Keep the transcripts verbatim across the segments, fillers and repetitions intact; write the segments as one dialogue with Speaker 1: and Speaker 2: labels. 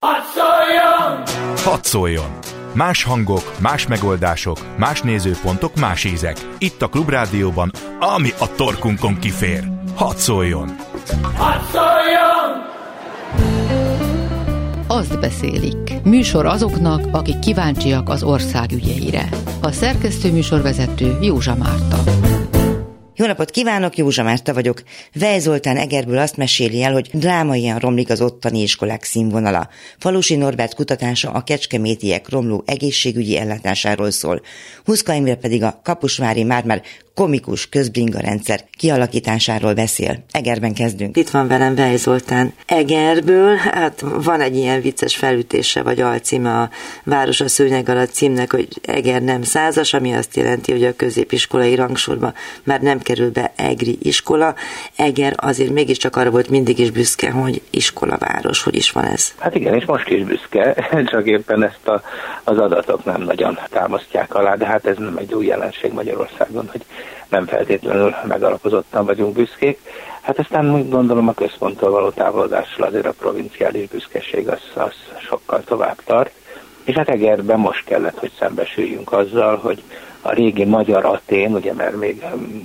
Speaker 1: Hadd szóljon!
Speaker 2: Hadd szóljon! Más hangok, más megoldások, más nézőpontok, más ízek. Itt a Klubrádióban, ami a torkunkon kifér. Hadd szóljon!
Speaker 1: Hadd szóljon!
Speaker 3: Azt beszélik. Műsor azoknak, akik kíváncsiak az ország ügyeire. A szerkesztő műsorvezető Józsa Márta.
Speaker 4: Jó napot kívánok, Józsa Márta vagyok. Vej Zoltán Egerből azt meséli el, hogy drámaian romlik az ottani iskolák színvonala. Falusi Norbert kutatása a kecskemétiek romló egészségügyi ellátásáról szól. Huszka Imre pedig a kaposvári már-már komikus közbringa rendszer kialakításáról beszél. Egerben kezdünk.
Speaker 5: Itt van velem Vej Zoltán Egerből. Hát van egy ilyen vicces felütése, vagy alcíme a Város a szőnyeg alatt címnek, hogy Eger nem százas, ami azt jelenti, hogy a középiskolai rangsorba már nem kerül be egri iskola. Eger azért mégiscsak arra volt mindig is büszke, hogy iskolaváros. Hogy is van ez?
Speaker 6: Hát igen, és most is büszke, csak éppen ezt a, az adatok nem nagyon támasztják alá, de hát ez nem egy új jelenség Magyarországon, hogy nem feltétlenül megalapozottan vagyunk büszkék. Hát aztán úgy gondolom a központtól való távolodással azért a provinciális büszkeség az, az sokkal tovább tart. És hát Egerben most kellett, hogy szembesüljünk azzal, hogy a régi magyar Atén, ugye mert még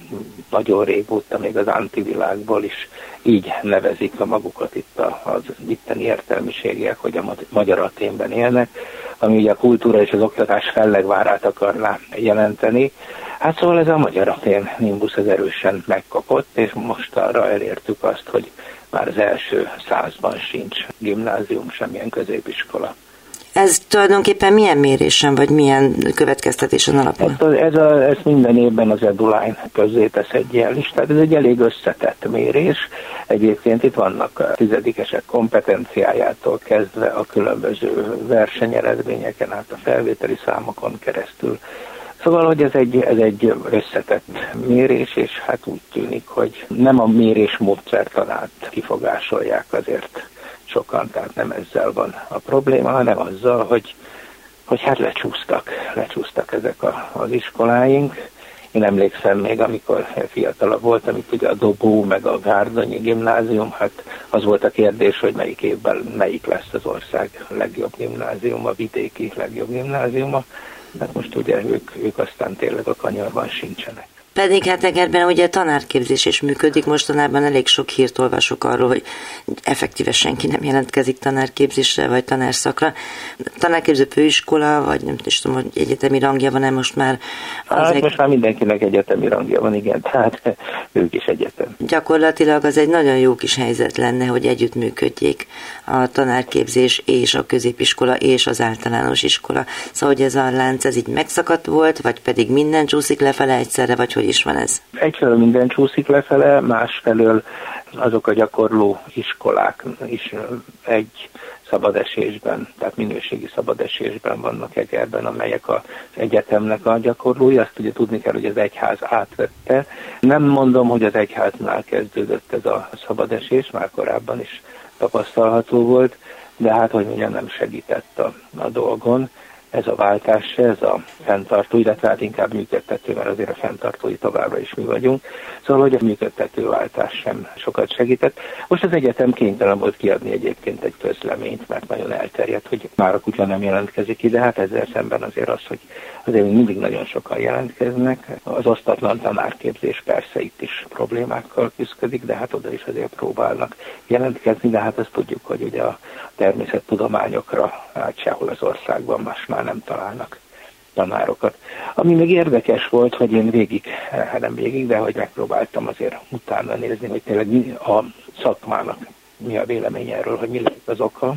Speaker 6: nagyon régóta, még az antivilágból is így nevezik a magukat itt az itteni értelmiségiek, hogy a magyar Aténben élnek, ami ugye a kultúra és az oktatás fellegvárát akarná jelenteni. Hát szóval ez a magyar Atén nimbusz az erősen megkapott, és most arra elértük azt, hogy már az első százban sincs gimnázium, semmilyen középiskola.
Speaker 5: Ez tulajdonképpen milyen mérésen, vagy milyen következtetésen alapul?
Speaker 6: Hát ez, a, ez minden évben az Eduline közzétesz egy ilyen listát, ez egy elég összetett mérés. Egyébként itt vannak a tizedikesek kompetenciájától kezdve a különböző versenyeredményeken, át a felvételi számokon keresztül. Szóval, hogy ez egy, ez egy összetett mérés, és hát úgy tűnik, hogy nem a mérés módszertanát kifogásolják azért sokan, tehát nem ezzel van a probléma, hanem azzal, hogy, hogy hát lecsúsztak, lecsúsztak ezek a, az iskoláink. Én emlékszem még, amikor fiatalabb voltam, itt ugye a Dobó, meg a Gárdonyi gimnázium, hát az volt a kérdés, hogy melyik évben melyik lesz az ország legjobb gimnáziuma, vidéki legjobb gimnáziuma. Hát most ugye ők, ők aztán tényleg a kanyarban sincsenek.
Speaker 5: Pedig hát Egerben ugye tanárképzés is működik, mostanában elég sok hírt olvasok arról, hogy effektíve senki nem jelentkezik tanárképzésre vagy tanárszakra. Tanárképző főiskola, vagy nem tudom, hogy egyetemi rangja van-e most már?
Speaker 6: Hát egy... most már mindenkinek egyetemi rangja van, igen, tehát ők is egyetem.
Speaker 5: Gyakorlatilag az egy nagyon jó kis helyzet lenne, hogy együttműködjék a tanárképzés és a középiskola és az általános iskola. Szóval, hogy ez a lánc, ez így megszakadt volt, vagy pedig minden csúszik lefele egyszerre, vagy hogy is van ez?
Speaker 6: Egyfelől minden csúszik lefele, másfelől azok a gyakorló iskolák is egy szabadesésben, tehát minőségi szabadesésben vannak Egerben, amelyek az egyetemnek a gyakorlói. Azt ugye tudni kell, hogy az egyház átvette. Nem mondom, hogy az egyháznál kezdődött ez a szabadesés, már korábban is tapasztalható volt, de hát, hogy mondjam, nem segített a, a dolgon. Ez a váltás, ez a fenntartó, illetve hát inkább működtető, mert azért a fenntartói továbbra is mi vagyunk. Szóval, hogy a működtető váltás sem sokat segített. Most az egyetem kénytelen volt kiadni egyébként egy közleményt, mert nagyon elterjedt, hogy már a kutya nem jelentkezik ide, hát ezzel szemben azért az, hogy azért még mindig nagyon sokan jelentkeznek. Az osztatlan tanárképzés persze itt is problémákkal küzdik, de hát oda is azért próbálnak jelentkezni, de hát azt tudjuk, hogy ugye a természettudományokra hát sehol az országban más már nem találnak tanárokat. Ami még érdekes volt, hogy én végig, hát nem végig, de hogy megpróbáltam azért utána nézni, hogy tényleg mi a szakmának mi a vélemény erről, hogy mi lehet az oka.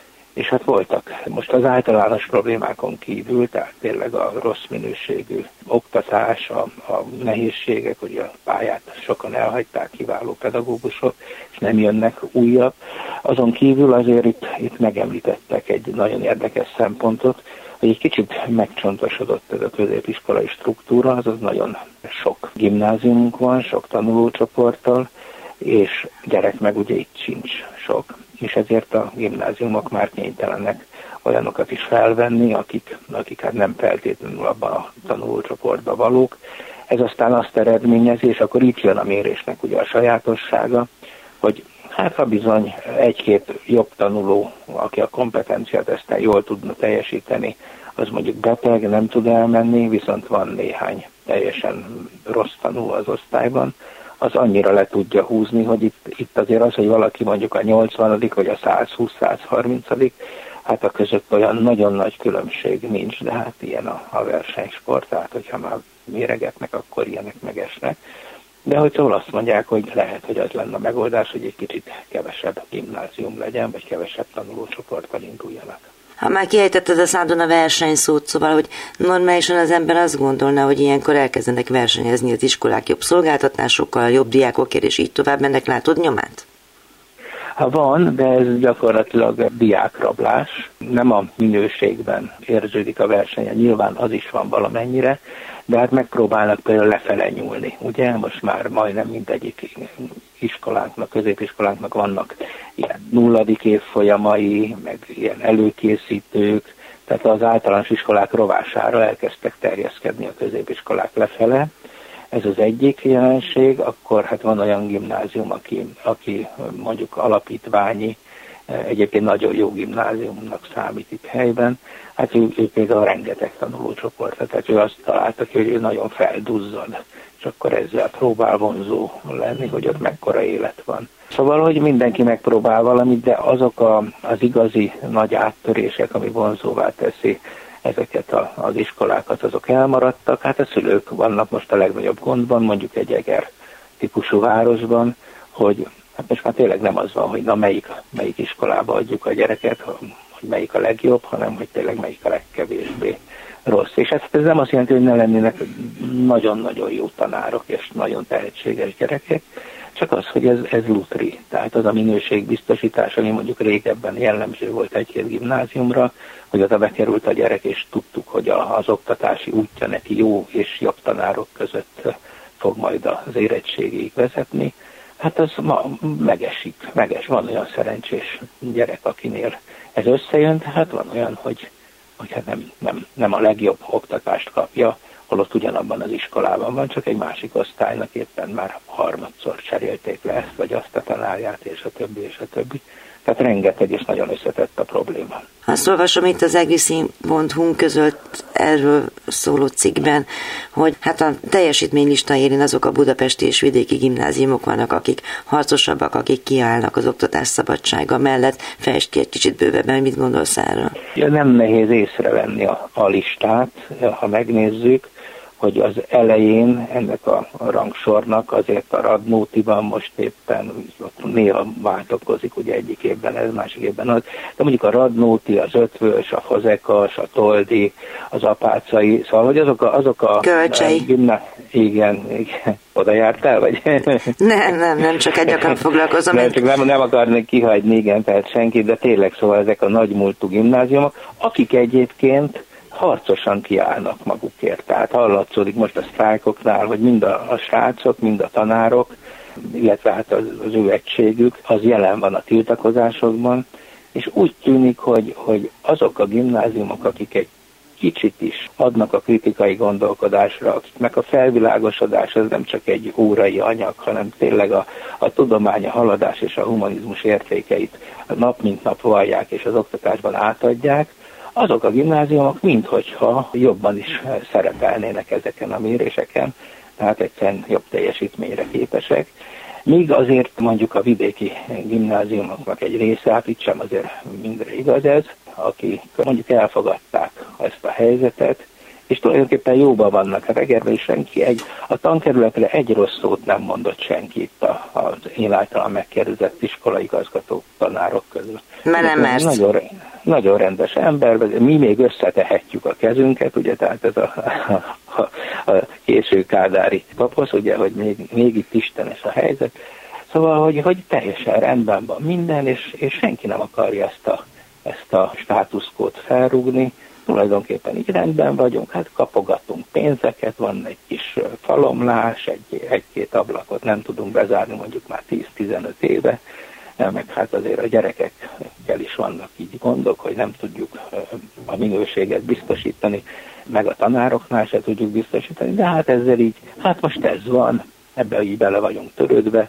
Speaker 6: És hát voltak most az általános problémákon kívül, tehát tényleg a rossz minőségű oktatás, a, a nehézségek, hogy a pályát sokan elhagyták, kiváló pedagógusok, és nem jönnek újabb. Azon kívül azért itt, itt megemlítettek egy nagyon érdekes szempontot, hogy egy kicsit megcsontosodott ez a középiskolai struktúra, azaz nagyon sok gimnáziumunk van, sok tanulócsoporttal, és gyerek meg ugye itt sincs sok. És ezért a gimnáziumok már kénytelenek olyanokat is felvenni, akik, akik hát nem feltétlenül abban a tanulócsoportban valók. Ez aztán azt eredményezi, és akkor itt jön a mérésnek ugye a sajátossága, hogy Hát ha bizony egy-két jobb tanuló, aki a kompetenciateszten jól tudna teljesíteni, az mondjuk beteg, nem tud elmenni, viszont van néhány teljesen rossz tanuló az osztályban, az annyira le tudja húzni, hogy itt, itt azért az, hogy valaki mondjuk a nyolcvanadik vagy a százhúsz-százharmincadik hát a között olyan nagyon nagy különbség nincs, de hát ilyen a, a versenysport, tehát hogyha már méregetnek, akkor ilyenek megesnek. De hogy szóval azt mondják, hogy lehet, hogy az lenne a megoldás, hogy egy kicsit kevesebb gimnázium legyen, vagy kevesebb tanulócsoporttal induljanak.
Speaker 5: Ha már kiejtetted a szádon a versenyszót, szóval, hogy normálisan az ember azt gondolna, hogy ilyenkor elkezdenek versenyezni az iskolák jobb szolgáltatásokkal, jobb diákokért, és így tovább, ennek látod nyomát?
Speaker 6: Ha van, de ez gyakorlatilag diákrablás, nem a minőségben érződik a versenye, nyilván az is van valamennyire, de hát megpróbálnak például lefele nyúlni. Ugye most már majdnem mindegyik iskolánknak, középiskolánknak vannak ilyen nulladik évfolyamai, meg ilyen előkészítők, tehát az általános iskolák rovására elkezdtek terjeszkedni a középiskolák lefele. Ez az egyik jelenség, akkor hát van olyan gimnázium, aki, aki mondjuk alapítványi, egyébként nagyon jó gimnáziumnak számít itt helyben, hát ő, ő például rengeteg tanulócsoport, tehát ő azt találta ki, hogy ő nagyon felduzzad, és akkor ezzel próbál vonzó lenni, hogy ott mekkora élet van. Szóval, hogy mindenki megpróbál valamit, de azok a, az igazi nagy áttörések, ami vonzóvá teszi ezeket a, az iskolákat, azok elmaradtak. Hát a szülők vannak most a legnagyobb gondban, mondjuk egy Eger típusú városban, hogy hát most már tényleg nem az van, hogy na melyik, melyik iskolába adjuk a gyereket, hogy melyik a legjobb, hanem hogy tényleg melyik a legkevésbé rossz. És ez, ez nem azt jelenti, hogy ne lennének nagyon-nagyon jó tanárok és nagyon tehetséges gyerekek, csak az, hogy ez, ez lutri. Tehát az a minőségbiztosítás, ami mondjuk régebben jellemző volt egy-két gimnáziumra, hogy oda bekerült a gyerek, és tudtuk, hogy az oktatási útja neki jó és jobb tanárok között fog majd az érettségig vezetni. Hát az ma megesik, meges. Van olyan szerencsés gyerek, akinél ez összejön, hát van olyan, hogy, hogy hát nem, nem, nem a legjobb oktatást kapja, holott ugyanabban az iskolában van, csak egy másik osztálynak éppen már harmadszor cserélték le ezt, vagy azt a tanárját, és a többi, és a többi. Tehát rengeteg és nagyon összetett a probléma.
Speaker 5: Azt olvasom itt az egriszi pont hu között erről szóló cikkben, hogy hát a teljesítménylista élén azok a budapesti és vidéki gimnáziumok vannak, akik harcosabbak, akik kiállnak az oktatás szabadsága mellett. Fejtsd ki egy kicsit bővebben, mit gondolsz erről?
Speaker 6: Ja, nem nehéz észrevenni a, a listát, ha megnézzük, hogy az elején ennek a rangsornak azért a Radnótiban most éppen néha változik, ugye egyik évben ez, másik évben az, de mondjuk a Radnóti, az Ötvös, a Fazekas, a Toldi, az Apácai, szóval hogy azok a... Azok a
Speaker 5: Kölcsei.
Speaker 6: Gimna, igen, igen, oda jártál, vagy?
Speaker 5: Nem, nem, nem, csak egyakban foglalkozom.
Speaker 6: Nem, csak nem, nem akarnék kihagyni, igen, tehát senki, de tényleg szóval ezek a nagymúltú gimnáziumok, akik egyébként harcosan kiállnak magukért. Tehát hallatszódik most a sztrájkoknál, hogy mind a, a srácok, mind a tanárok, illetve hát az, az ő egységük, az jelen van a tiltakozásokban, és úgy tűnik, hogy, hogy azok a gimnáziumok, akik egy kicsit is adnak a kritikai gondolkodásra, akiknek a felvilágosodás az nem csak egy órai anyag, hanem tényleg a, a tudomány, a haladás és a humanizmus értékeit nap mint nap vallják és az oktatásban átadják, azok a gimnáziumok minthogyha jobban is szerepelnének ezeken a méréseken, tehát egyszerűen jobb teljesítményre képesek. Míg azért mondjuk a vidéki gimnáziumoknak egy része, hát itt sem azért mindre igaz ez, akik mondjuk elfogadták ezt a helyzetet, és tulajdonképpen jóban vannak. Hát Egerben is senki egy, a tankerületre egy rossz szót nem mondott senki itt az én általán megkérdezett iskolaigazgatók, tanárok között.
Speaker 5: Mert nem mersz.
Speaker 6: Nagyon, nagyon rendes ember, mi még összetehetjük a kezünket, ugye, tehát ez a, a, a késő kádári paposz, ugye, hogy még, még itt istenes a helyzet. Szóval, hogy, hogy teljesen rendben van minden, és, és senki nem akarja ezt a, ezt a státuszkót felrúgni. Tulajdonképpen így rendben vagyunk, hát kapogatunk pénzeket, van egy kis falomlás, egy, egy-két ablakot nem tudunk bezárni mondjuk már tíz-tizenöt éve, meg hát azért a gyerekekkel is vannak így gondok, hogy nem tudjuk a minőséget biztosítani, meg a tanároknál se tudjuk biztosítani, de hát ezzel így, hát most ez van, ebben így bele vagyunk törődve,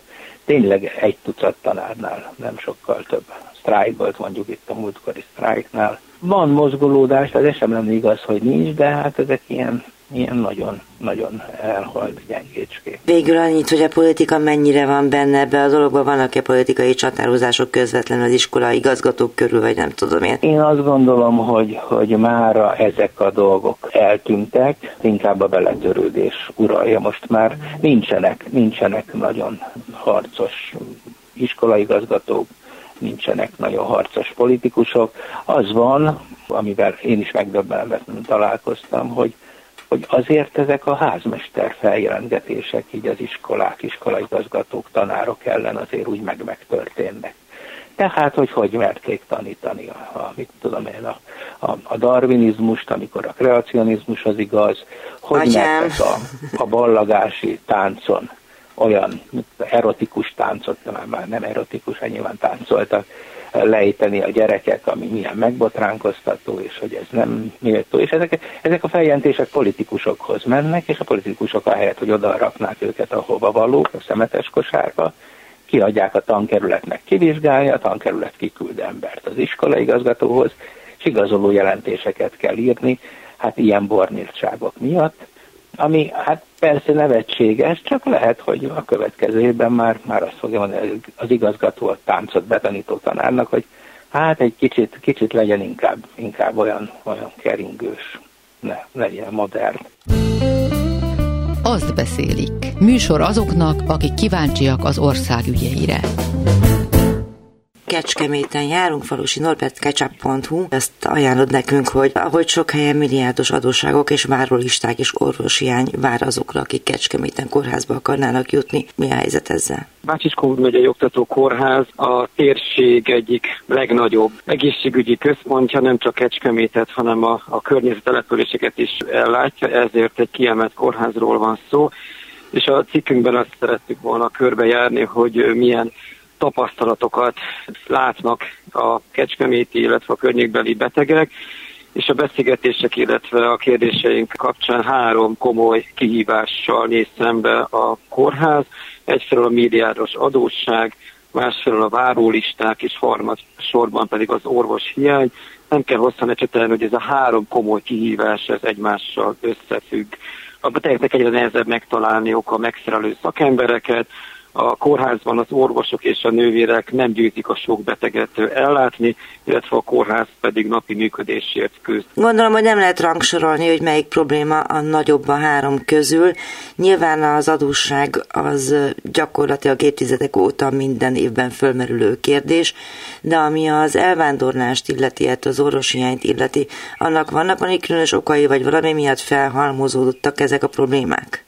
Speaker 6: tényleg egy tucat tanárnál, nem sokkal több sztrájk volt, mondjuk itt a múltkori sztrájknál. Van mozgolódás, ez sem lenne igaz, hogy nincs, de hát ezek ilyen, ilyen nagyon, nagyon elhalt gyengécskék.
Speaker 5: Végül annyit, hogy a politika mennyire van benne ebbe a dologban, vannak-e politikai csatározások közvetlenül az iskola igazgatók körül, vagy nem tudom én?
Speaker 6: Én azt gondolom, hogy, hogy mára ezek a dolgok eltűntek, inkább a beletörődés uralja. Most már nincsenek, nincsenek nagyon harcos iskolaigazgatók, nincsenek nagyon harcos politikusok. Az van, amivel én is megdöbbenve találkoztam, hogy, hogy azért ezek a házmester feljelentgetések így az iskolák, iskolaigazgatók, tanárok ellen azért úgy meg megtörténnek. Tehát, hogy hogy merték tanítani a, a, mit tudom én, a, a, a darwinizmust, amikor a kreacionizmus az igaz, hogy mertek a, a ballagási táncon olyan erotikus táncot, már nem erotikus, nyilván táncoltak, lejteni a gyerekek, ami milyen megbotránkoztató, és hogy ez nem méltó. És ezek, ezek a feljelentések politikusokhoz mennek, és a politikusok ahelyett, hogy oda raknák őket, ahova valók, a szemetes kosárba, kiadják a tankerületnek, kivizsgálja, a tankerület kiküld embert az iskolaigazgatóhoz, és igazoló jelentéseket kell írni, hát ilyen bornírtságok miatt, ami hát persze nevetséges, csak lehet, hogy a következő évben már, már azt fogja mondani az igazgató a táncot betanító tanárnak, hogy hát egy kicsit, kicsit legyen inkább, inkább olyan, olyan keringős, ne, legyen modern.
Speaker 3: Azt beszélik. Műsor azoknak, akik kíváncsiak az ország ügyeire.
Speaker 5: Kecskeméten járunk, Falusi Norbert, ketchup pont hu. Ezt ajánlod nekünk, hogy ahogy sok helyen milliárdos adósságok és várólisták és orvoshiány vár azokra, akik Kecskeméten kórházba akarnának jutni. Mi a helyzet ezzel?
Speaker 7: Bácsiskó megyei oktató kórház a térség egyik legnagyobb egészségügyi központja, nem csak Kecskemétet, hanem a, a környező településeket is ellátja, ezért egy kiemelt kórházról van szó, és a cikkünkben azt szerettük volna körbejárni, hogy milyen tapasztalatokat látnak a kecskeméti, illetve a környékbeli betegek, és a beszélgetések, illetve a kérdéseink kapcsán három komoly kihívással néz szembe a kórház. Egyfelől a milliárdos adósság, másfelől a várólisták, és harmadsorban pedig az orvoshiány. Nem kell hosszan ecsetelni, hogy ez a három komoly kihívás, ez egymással összefügg. A betegeknek egyre nehezebb megtalálniuk a megfelelő szakembereket, a kórházban az orvosok és a nővérek nem győzik a sok beteget ellátni, illetve a kórház pedig napi működésért küzd.
Speaker 5: Gondolom, hogy nem lehet rangsorolni, hogy melyik probléma a nagyobb a három közül. Nyilván az adósság az gyakorlatilag évtizedek óta minden évben fölmerülő kérdés, de ami az elvándorlást illeti, az orvoshiányt illeti, annak vannak valami különös okai, vagy valami miatt felhalmozódottak ezek a problémák?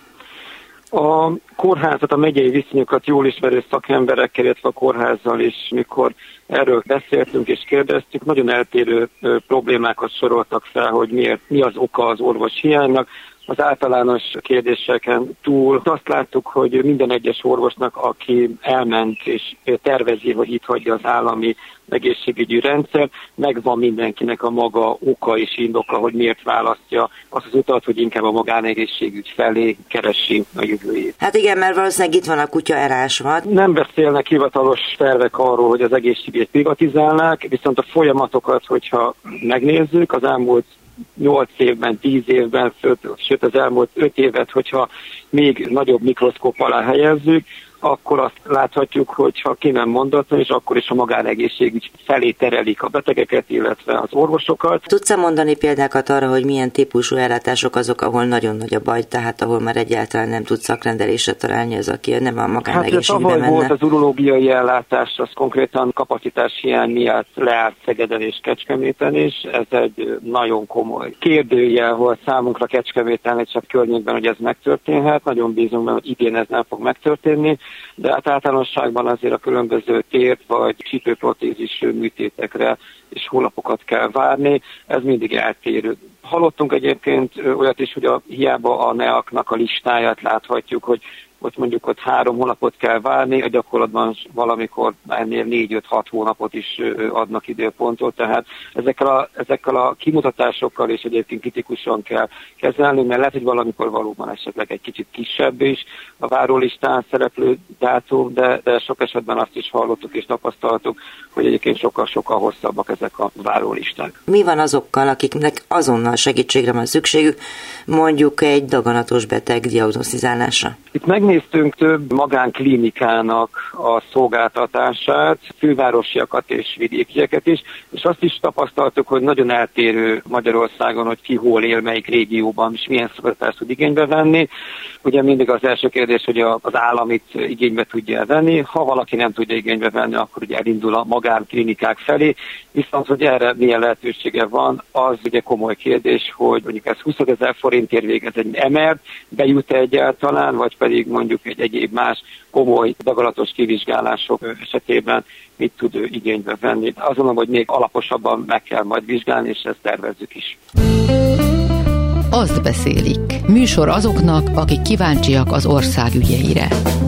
Speaker 7: A kórházat, a megyei viszonyokat jól ismerő szakemberekkel, illetve a kórházzal is, mikor erről beszéltünk és kérdeztük, nagyon eltérő problémákat soroltak fel, hogy miért, mi az oka az orvoshiánynak. Az általános kérdéseken túl azt láttuk, hogy minden egyes orvosnak, aki elment és tervezi, hogy itt hagyja az állami egészségügyi rendszer, megvan mindenkinek a maga oka és indoka, hogy miért választja azt az utat, hogy inkább a magánegészségügy felé keresi a jövőjét.
Speaker 5: Hát igen, mert valószínűleg itt van a kutya elásva.
Speaker 7: Nem beszélnek hivatalos tervek arról, hogy az egészségügyet privatizálnák, viszont a folyamatokat, hogyha megnézzük, az elmúlt nyolc évben, tíz évben, sőt az elmúlt öt évet, hogyha még nagyobb mikroszkóp alá helyezzük, akkor azt láthatjuk, hogy ha ki nem mondatlan, és akkor is a magánegészségügy felé terelik a betegeket, illetve az orvosokat.
Speaker 5: Tudsz-e mondani példákat arra, hogy milyen típusú ellátások azok, ahol nagyon nagy a baj, tehát ahol már egyáltalán nem tud szakrendelésre találni az, aki nem a magánegészségügybe
Speaker 7: hát,
Speaker 5: menne?
Speaker 7: Volt az urológiai ellátás, az konkrétan kapacitás hiány miatt leállt Szegeden és Kecskeméten is. Ez egy nagyon komoly kérdőjel volt számunkra Kecskeméten, egy csak környékben, hogy ez megtörténhet. Nagyon bízunk benne, hogy idén ez nem fog megtörténni. De hát általánosságban azért a különböző tért vagy csípőprotézis műtétekre és hónapokat kell várni, ez mindig eltérő. Hallottunk egyébként olyat is, hogy a, hiába a neaknak a listáját láthatjuk, hogy ott mondjuk ott három hónapot kell várni, a gyakorlatban valamikor ennél négy-öt-hat hónapot is adnak időpontot, tehát ezekkel a, ezekkel a kimutatásokkal is egyébként kritikusan kell kezelni, mert lehet, hogy valamikor valóban esetleg egy kicsit kisebb is a várólistán szereplő dátum, de, de sok esetben azt is hallottuk és tapasztaltuk, hogy egyébként sokkal-sokkal hosszabbak ezek a várólisták.
Speaker 5: Mi van azokkal, akiknek azonnal segítségre van szükségük, mondjuk egy daganatos beteg diagnosztizálása?
Speaker 7: Itt megnéztünk több magánklinikának a szolgáltatását, fővárosiakat és vidékieket is, és azt is tapasztaltuk, hogy nagyon eltérő Magyarországon, hogy ki hol él, melyik régióban, és milyen szolgáltatást tud igénybe venni. Ugye mindig az első kérdés, hogy az államit igénybe tudja venni. Ha valaki nem tudja igénybe venni, akkor ugye elindul a magánklinikák felé. Viszont, hogy erre milyen lehetősége van, az ugye komoly kérdés, hogy mondjuk ez húszezer forintért végez egy em er, bejut-e egyáltalán, vagy pedig mondjuk egy egyéb más komoly daganatos kivizsgálások esetében mit tud ő igénybe venni. Azt mondom, hogy még alaposabban meg kell majd vizsgálni, és ezt tervezzük is.
Speaker 3: Azt beszélik. Műsor azoknak, akik kíváncsiak az ország ügyeire.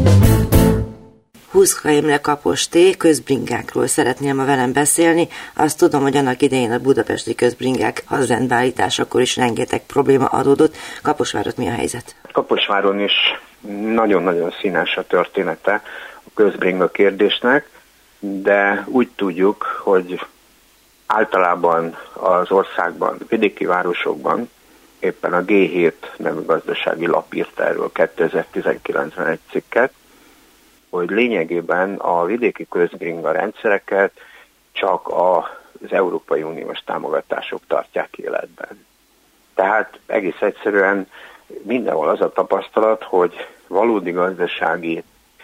Speaker 5: Huszka Imre Kaposté közbringákról szeretnél ma velem beszélni. Azt tudom, hogy annak idején a budapesti közbringák hazrendbeállításakor is rengeteg probléma adódott. Kaposvárot mi a helyzet?
Speaker 8: Kaposváron is nagyon-nagyon színes a története a közbringa kérdésnek, de úgy tudjuk, hogy általában az országban, vidéki városokban éppen a gé hét nevű gazdasági lap írt erről kétezer-tizenkilencben egy cikket, hogy lényegében a vidéki közbringa rendszereket csak az Európai Uniós támogatások tartják életben. Tehát egész egyszerűen mindenhol az a tapasztalat, hogy valódi gazdasági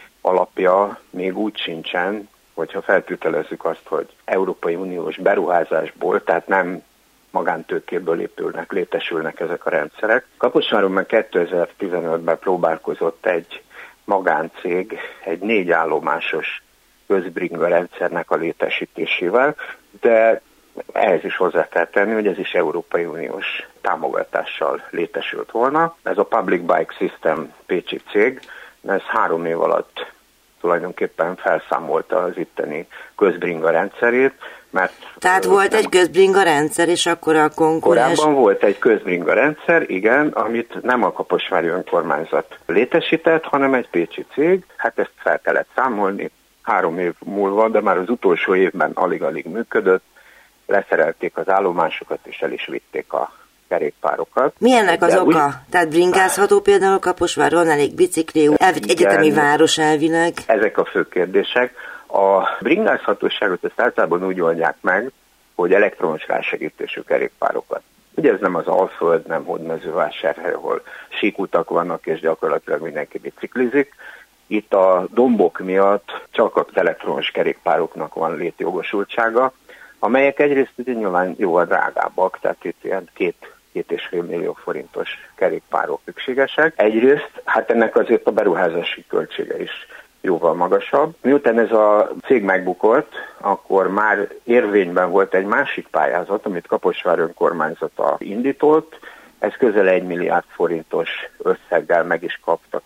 Speaker 8: alapja még úgy sincsen, hogyha feltételezzük azt, hogy Európai Uniós beruházásból, tehát nem magántőkéből épülnek, létesülnek ezek a rendszerek. Kaposváron már kétezer-tizenötben próbálkozott egy magáncég egy négy állomásos közbringa rendszernek a létesítésével, de ehhez is hozzá kell tenni, hogy ez is Európai Uniós támogatással létesült volna. Ez a Public Bike System pécsi cég, ez három év alatt tulajdonképpen felszámolta az itteni közbringa rendszerét, mert...
Speaker 5: Tehát volt egy közbringa rendszer, és akkor a konkurens...
Speaker 8: Korábban volt egy közbringa rendszer, igen, amit nem a kaposvári önkormányzat létesített, hanem egy pécsi cég. Hát ezt fel kellett számolni három év múlva, de már az utolsó évben alig-alig működött, leszerelték az állomásokat, és el is vitték a kerékpárokat.
Speaker 5: Mi ennek az
Speaker 8: de
Speaker 5: oka?
Speaker 8: Úgy...
Speaker 5: Tehát bringázható például Kaposváron, elég bicikliú, elvitt egyetemi város elvileg?
Speaker 8: Ezek a fő kérdések. A bringázhatóságot ezt általában úgy oldják meg, hogy elektromos rásegítésű kerékpárokat. Ugye ez nem az Alföld, nem Hódmezővásárhely, ahol síkutak vannak, és gyakorlatilag mindenki biciklizik. Itt a dombok miatt csak az elektromos kerékpároknak van létjogosultsága, amelyek egyrészt ugye nyilván jóval drágábbak, tehát itt ilyen két, két és fél millió forintos kerékpárok szükségesek. Egyrészt, hát ennek azért a beruházási költsége is jóval magasabb. Miután ez a cég megbukott, akkor már érvényben volt egy másik pályázat, amit Kaposvár önkormányzata indított. Ez közel egy milliárd forintos összeggel meg is kapta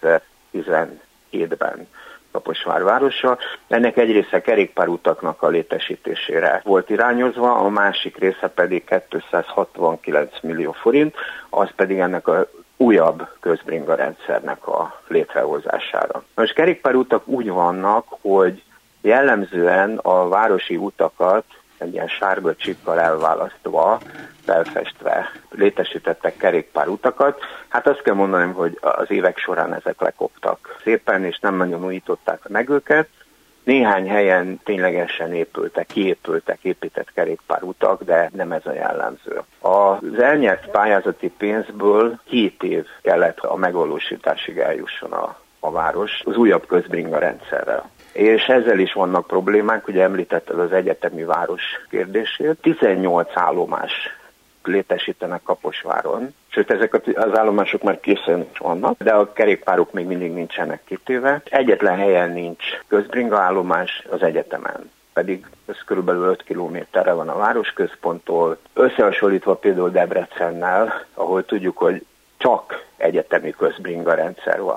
Speaker 8: kétezer-tizenhétben Kaposvár városa. Ennek egy része kerékpárutaknak a létesítésére volt irányozva, a másik része pedig kétszázhatvankilenc millió forint, az pedig ennek a újabb közbringa rendszernek a létrehozására. Most kerékpárutak úgy vannak, hogy jellemzően a városi utakat egy ilyen sárga csíkkal elválasztva, felfestve létesítettek kerékpárutakat. Hát azt kell mondanom, hogy az évek során ezek lekoptak szépen, és nem nagyon újították meg őket. Néhány helyen ténylegesen épültek, kiépültek, épített kerékpárutak, de nem ez a jellemző. Az elnyert pályázati pénzből hét év kellett a megvalósításig eljusson a, a város az újabb közbringa rendszerrel. És ezzel is vannak problémák, ugye említetted az egyetemi város kérdését. tizennyolc állomás létesítenek Kaposváron, sőt ezek az állomások már készen is vannak, de a kerékpárok még mindig nincsenek kitéve. Egyetlen helyen nincs közbringa állomás, az egyetemen, pedig ez körülbelül öt kilométerre van a városközponttól. Összehasonlítva például Debrecennel, ahol tudjuk, hogy csak egyetemi közbringa rendszer van.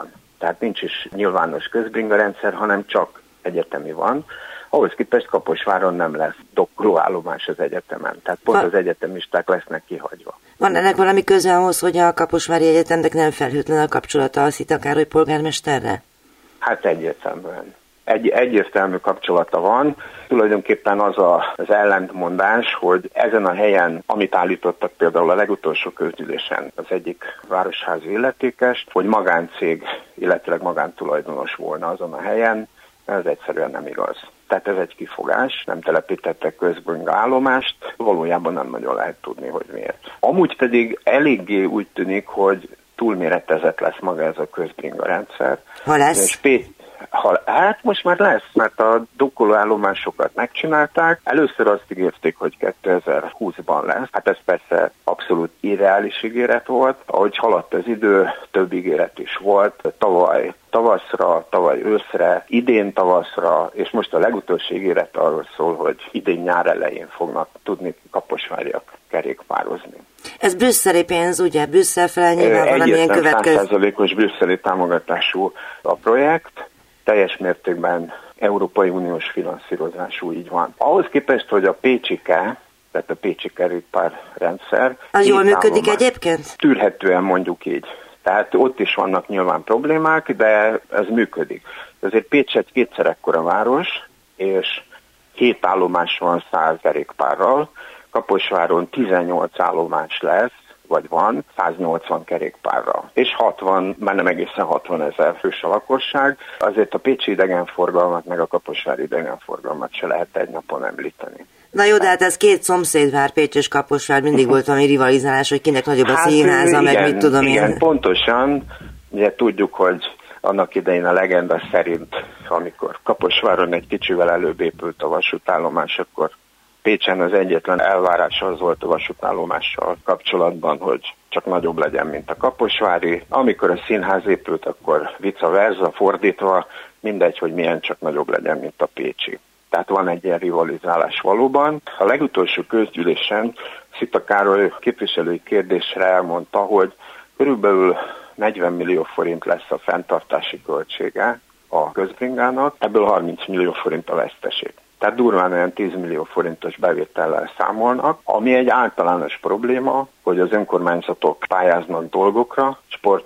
Speaker 8: tehát nincs is nyilvános közbringarendszer, hanem csak egyetemi van. Ahhoz képest Kaposváron nem lesz dokkolóállomás az egyetemen, tehát pont az egyetemisták lesznek kihagyva.
Speaker 5: Van ennek valami köze ahhoz, hogy a Kaposvári Egyetemnek nem felhőtlen a kapcsolata a Szita Károly polgármesterre?
Speaker 8: Hát egyértelműen. Egy, egyértelmű kapcsolata van. Tulajdonképpen az a, az ellentmondás, hogy ezen a helyen, amit állítottak például a legutolsó közgyűlésen az egyik városházi illetékes, hogy magáncég, illetve magántulajdonos volna azon a helyen, ez egyszerűen nem igaz. Tehát ez egy kifogás, nem telepítettek közbringa állomást, valójában nem nagyon lehet tudni, hogy miért. Amúgy pedig eléggé úgy tűnik, hogy túlméretezett lesz maga ez a közbringa rendszer.
Speaker 5: Ha lesz?
Speaker 8: És P- ha, hát most már lesz, mert a dokkolóállomásokat megcsinálták. Először azt ígérték, hogy kétezer-húszban lesz. Hát ez persze abszolút irreális ígéret volt. Ahogy haladt az idő, több ígéret is volt. Tavaly tavaszra, tavaly őszre, idén tavaszra, és most a legutolsó ígéret arról szól, hogy idén nyár elején fognak tudni kaposváriak kerékpározni.
Speaker 5: Ez brüsszeli pénz, ugye? Brüsszel fel nyilván valamilyen következő.
Speaker 8: száz százalékos brüsszeli támogatású a projekt, teljes mértékben Európai Uniós finanszírozású, így van. Ahhoz képest, hogy a Pécsike, tehát a pécsi kerékpárrendszer...
Speaker 5: Az jól működik egyébként?
Speaker 8: Tűrhetően, mondjuk így. Tehát ott is vannak nyilván problémák, de ez működik. Azért Pécs egy kétszer ekkora város, és hét állomás van száz kerékpárral, Kaposváron tizennyolc állomás lesz, vagy van, száznyolcvan kerékpárral. És hatvan, már nem egészen hatvan ezer fős a lakosság, azért a pécsi idegenforgalmat, meg a kaposvári idegenforgalmat se lehet egy napon említeni.
Speaker 5: Na jó, de hát ez két szomszédvár, Pécs és Kaposvár, mindig volt valami rivalizálás, hogy kinek nagyobb a hát, színháza, igen, meg mit tudom
Speaker 8: igen,
Speaker 5: én.
Speaker 8: Pontosan, ugye tudjuk, hogy annak idején a legenda szerint, amikor Kaposváron egy kicsivel előbb épült a vasútállomás, akkor Pécsen az egyetlen elvárás az volt a vasútállomással kapcsolatban, hogy csak nagyobb legyen, mint a kaposvári. Amikor a színház épült, akkor vice versa, fordítva, mindegy, hogy milyen, csak nagyobb legyen, mint a pécsi. Tehát van egy ilyen rivalizálás valóban. A legutolsó közgyűlésen Szita Károly képviselői kérdésre elmondta, hogy körülbelül negyven millió forint lesz a fenntartási költsége a közbringának, ebből harminc millió forint a veszteség. Tehát durván olyan tíz millió forintos bevétellel számolnak, ami egy általános probléma, hogy az önkormányzatok pályáznak dolgokra,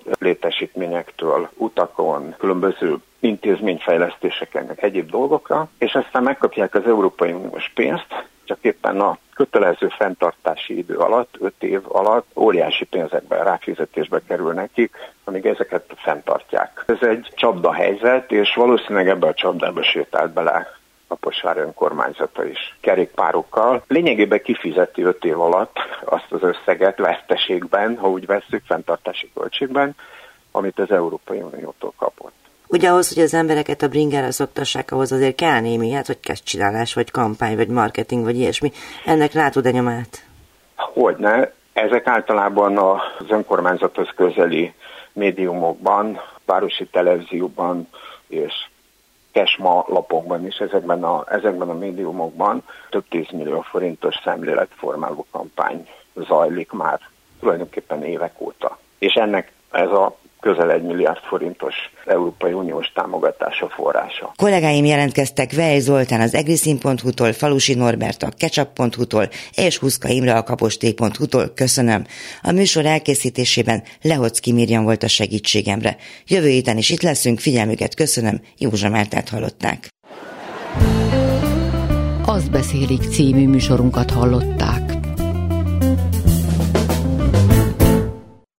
Speaker 8: sportlétesítményektől, utakon, különböző intézményfejlesztéseken, egyéb dolgokra, és aztán megkapják az Európai Uniós pénzt, csak éppen a kötelező fenntartási idő alatt, öt év alatt óriási pénzekben, ráfizetésbe kerül nekik, amíg ezeket fenntartják. Ez egy csapdahelyzet, és valószínűleg ebbe a csapdába sétált bele Kaposvár önkormányzata is kerékpárokkal. Lényegében kifizeti öt év alatt azt az összeget veszteségben, ha úgy vesszük, fenntartási költségben, amit az Európai Uniótól kapott.
Speaker 5: Ugye ahhoz, hogy az embereket a bringára szoktassák, ahhoz azért kell némi, hát hogy kezdcsinálás, vagy kampány, vagy marketing, vagy ilyesmi. Ennek látod-e nyomát?
Speaker 8: Hogyne. Ezek általában az önkormányzathoz közeli médiumokban, városi televízióban és Kesma lapokban is, ezekben a, ezekben a médiumokban több tízmillió forintos szemléletformáló kampány zajlik már tulajdonképpen évek óta. És ennek ez a közel egy milliárd forintos Európai Uniós támogatása forrása.
Speaker 4: Kollégáim jelentkeztek Vej Zoltán az egriszín pont hu-tól, Falusi Norbert a ketchup pont hu-tól és Huszka Imre a kaposté pont hu-tól. Köszönöm. A műsor elkészítésében Lehocki Mirjam volt a segítségemre. Jövő héten is itt leszünk, figyelmüket köszönöm, Józsa Mártát hallották.
Speaker 3: Azt beszélik című műsorunkat hallották.